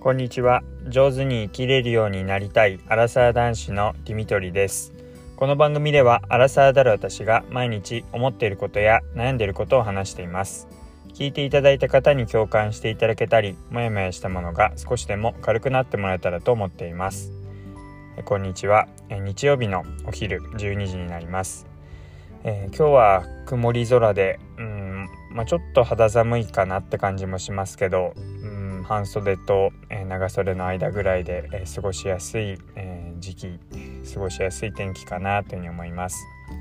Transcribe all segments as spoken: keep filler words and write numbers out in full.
こんにちは。上手に生きれるようになりたいアラサー男子のディミトリです。この番組ではアラサーである私が毎日思っていることや悩んでいることを話しています。聞いていただいた方に共感していただけたり、もやもやしたものが少しでも軽くなってもらえたらと思っています。こんにちは。日曜日のお昼じゅうにじになります。えー、今日は曇り空で、うんまあ、ちょっと肌寒いかなって感じもしますけど、うん半袖と、えー、長袖の間ぐらいで、えー、過ごしやすい、えー、時期過ごしやすい天気かなというふうに思います。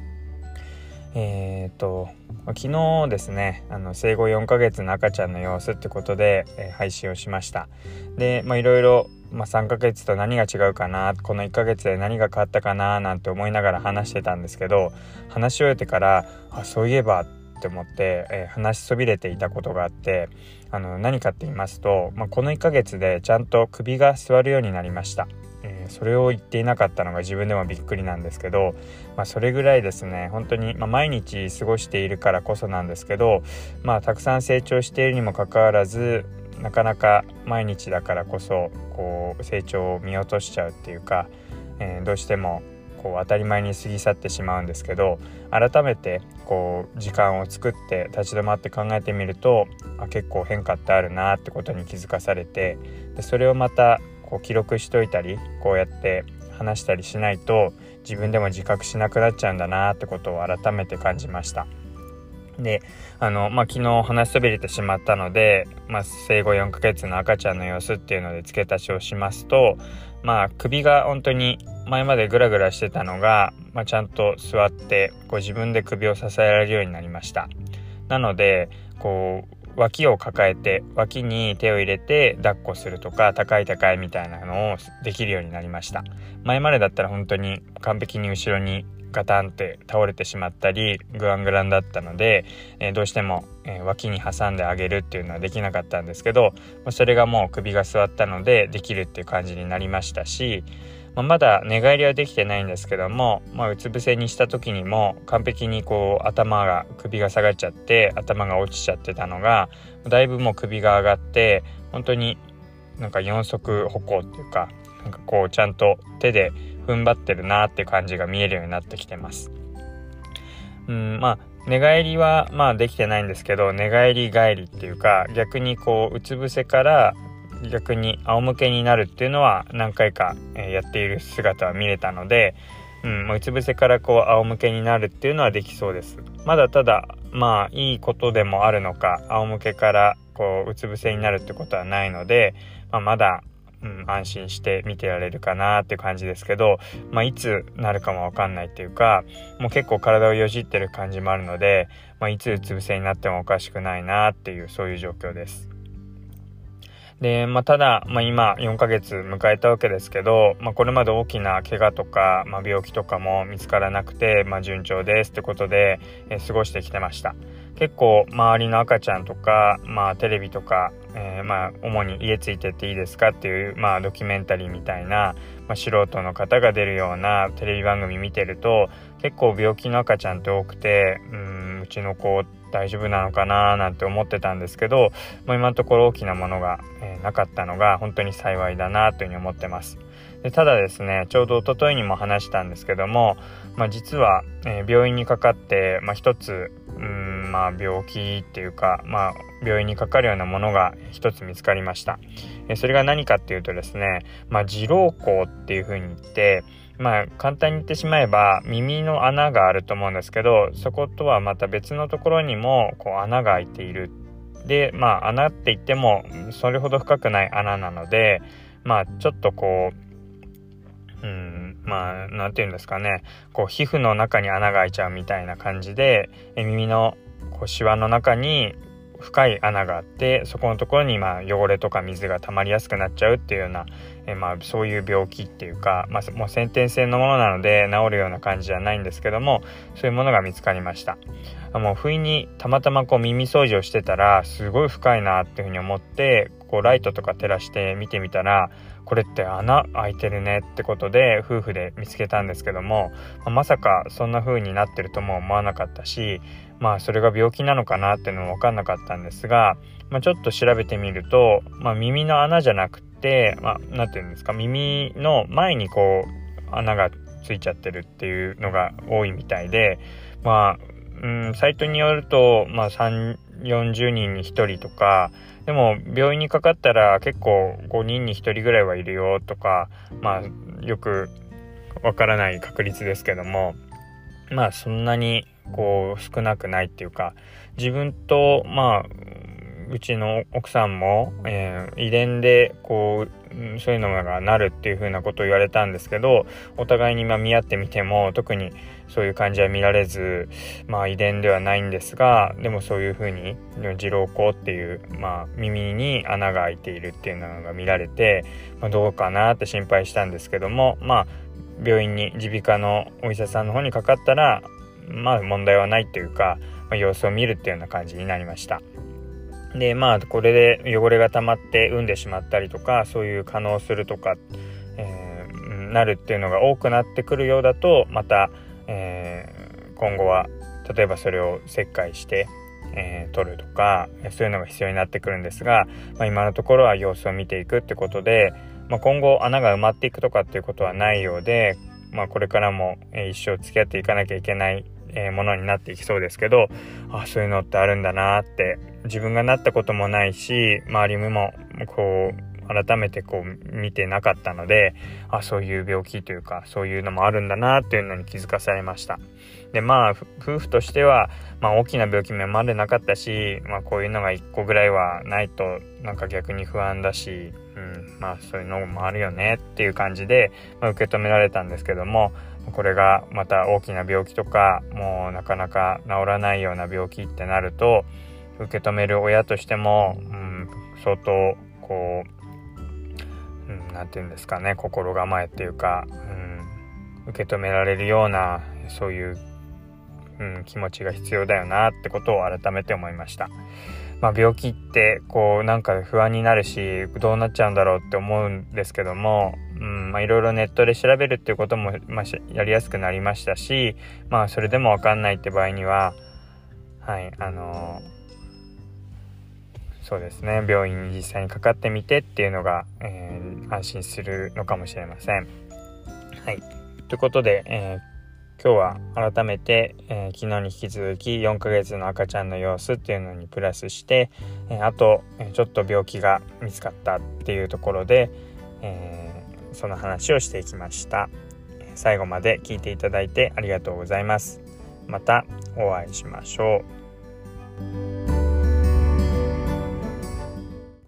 えーと昨日ですね、あの生後よんかげつの赤ちゃんの様子ってことで、えー、配信をしました。で、まあいろいろ、まあ、さんかげつと何が違うかな、このいっかげつで何が変わったかななんて思いながら話してたんですけど、話し終えてからあそういえばって思って、えー、話しそびれていたことがあって、あの何かって言いますと、まあ、このいっかげつでちゃんと首が座るようになりました。えー、それを言っていなかったのが自分でもびっくりなんですけど、まあ、それぐらいですね、本当に、まあ、毎日過ごしているからこそなんですけど、まあ、たくさん成長しているにもかかわらず、なかなか毎日だからこそこう成長を見落としちゃうっていうか、えー、どうしてもこう当たり前に過ぎ去ってしまうんですけど、改めてこう時間を作って立ち止まって考えてみると、あ結構変化ってあるなってことに気づかされて、でそれをまたこう記録しといたり、こうやって話したりしないと自分でも自覚しなくなっちゃうんだなってことを改めて感じました。で、あの、まあ、昨日話しそびれてしまったので、まあ、生後よんかげつの赤ちゃんの様子っていうので付け足しをしますと、まあ、首が本当に前までグラグラしてたのが、まあ、ちゃんと座ってこう自分で首を支えられるようになりました。なので、こう脇を抱えて脇に手を入れて抱っこするとか、高い高いみたいなのをできるようになりました。前までだったら本当に完璧に後ろにガタンって倒れてしまったりグラングランだったので、えー、どうしても、えー、脇に挟んであげるっていうのはできなかったんですけど、それがもう首が座ったのでできるっていう感じになりましたし、まあ、まだ寝返りはできてないんですけども、まあ、うつ伏せにした時にも完璧にこう頭が首が下がっちゃって頭が落ちちゃってたのが、だいぶもう首が上がって本当になんか四足歩行っていうか、なんかこうちゃんと手で踏ん張ってるなって感じが見えるようになってきてます。うんまあ寝返りはまあできてないんですけど、寝返り返りっていうか、逆にこううつ伏せから逆に仰向けになるっていうのは何回かやっている姿は見れたので、うん、うつ伏せからこう仰向けになるっていうのはできそうです。まだただまあいいことでもあるのか、仰向けからこううつ伏せになるってことはないので、まあ、まだうん、安心して見てられるかなっていう感じですけど、まあ、いつなるかも分かんないっていうか、もう結構体をよじってる感じもあるので、まあ、いつうつ伏せになってもおかしくないなっていう、そういう状況です。で、まあ、ただ、まあ、今よんかげつ迎えたわけですけど、まあ、これまで大きな怪我とか、まあ、病気とかも見つからなくて、まあ、順調ですってことで、えー、過ごしてきてました。結構周りの赤ちゃんとか、まあ、テレビとか、えー、まあ主に家ついてっていいですかっていう、まあ、ドキュメンタリーみたいな、まあ、素人の方が出るようなテレビ番組見てると、結構病気の赤ちゃんって多くて、うーんうちの子大丈夫なのかななんて思ってたんですけど、まあ、今のところ大きなものが、えー、なかったのが本当に幸いだなというふうに思ってます。でただですね、ちょうど一昨日にも話したんですけども、まあ、実は、えー、病院にかかって、まあ、一つうーんまあ病気っていうか、まあ病院にかかるようなものが一つ見つかりました。えー、それが何かっていうとですね、まあ耳瘻孔っていうふうに言って、まあ簡単に言ってしまえば耳の穴があると思うんですけど、そことはまた別のところにもこう穴が開いている。でまあ穴って言ってもそれほど深くない穴なので、まあちょっとこううんまあなんていうんですかね、こう皮膚の中に穴が開いちゃうみたいな感じで、え耳のこうシワの中に深い穴があって、そこのところにまあ汚れとか水が溜まりやすくなっちゃうっていうような、えまあそういう病気っていうか、まあもう先天性のものなので治るような感じじゃないんですけども、そういうものが見つかりました。もう不意にたまたまこう耳掃除をしてたらすごい深いなっていうふうに思って、こうライトとか照らして見てみたら、これって穴開いてるねってことで夫婦で見つけたんですけども、まさかそんな風になってるとも思わなかったし、まあそれが病気なのかなっていうのも分かんなかったんですが、まあ、ちょっと調べてみると、まあ、耳の穴じゃなくてて、まあ、なんていうんですか、耳の前にこう穴がついちゃってるっていうのが多いみたいで、まあ、うん、サイトによると、まあ、さんじゅう、よんじゅうにんにひとりとか、でも病院にかかったら結構ごにんにひとりぐらいはいるよとか、まあよくわからない確率ですけども、まあそんなにこう少なくないっていうか、自分とまあうちの奥さんも、えー、遺伝でこうそういうのがなるっていう風なことを言われたんですけど、お互いにまあ見合ってみても特にそういう感じは見られず、まあ遺伝ではないんですが、でもそういう風に耳瘻孔っていう、まあ、耳に穴が開いているっていうのが見られて、まあ、どうかなって心配したんですけども、まあ病院に耳鼻科のお医者さんの方にかかったら、まあ問題はないというか、まあ、様子を見るっていうような感じになりました。でまあこれで汚れが溜まって産んでしまったりとか、そういう可能するとか、えー、なるっていうのが多くなってくるようだと、また、えー、今後は例えばそれを切開して、えー、取るとか、そういうのが必要になってくるんですが、まあ、今のところは様子を見ていくってことで、まあ、今後穴が埋まっていくとかっていうことはないようで、まあ、これからも、えー、一生付き合っていかなきゃいけないえー、ものになっていきそうですけど、あ、そういうのってあるんだなって、自分がなったこともないし、周りもこう改めてこう見てなかったので、あ、そういう病気というかそういうのもあるんだなっていうのに気づかされました。でまあ夫婦としては、まあ、大きな病気もまでなかったし、まあ、こういうのがいっこぐらいはないとなんか逆に不安だし、うん、まあそういうのもあるよねっていう感じで、まあ、受け止められたんですけども、これがまた大きな病気とか、もうなかなか治らないような病気ってなると、受け止める親としても、うん、相当こう、うん、なんていうんですかね、心構えっていうか、うん、受け止められるようなそういう、うん、気持ちが必要だよなってことを改めて思いました。まあ、病気ってこうなんか不安になるし、どうなっちゃうんだろうって思うんですけども、うんまあ、いろいろネットで調べるっていうことも、まあ、やりやすくなりましたし、まあそれでも分かんないって場合には、はいあのー、そうですね、病院に実際にかかってみてっていうのが、えー、安心するのかもしれません。はいということで、えー今日は改めて、えー、昨日に引き続きよんかげつの赤ちゃんの様子っていうのにプラスして、えー、あと、えー、ちょっと病気が見つかったっていうところで、えー、その話をしていきました。最後まで聞いていただいてありがとうございます。またお会いしましょう。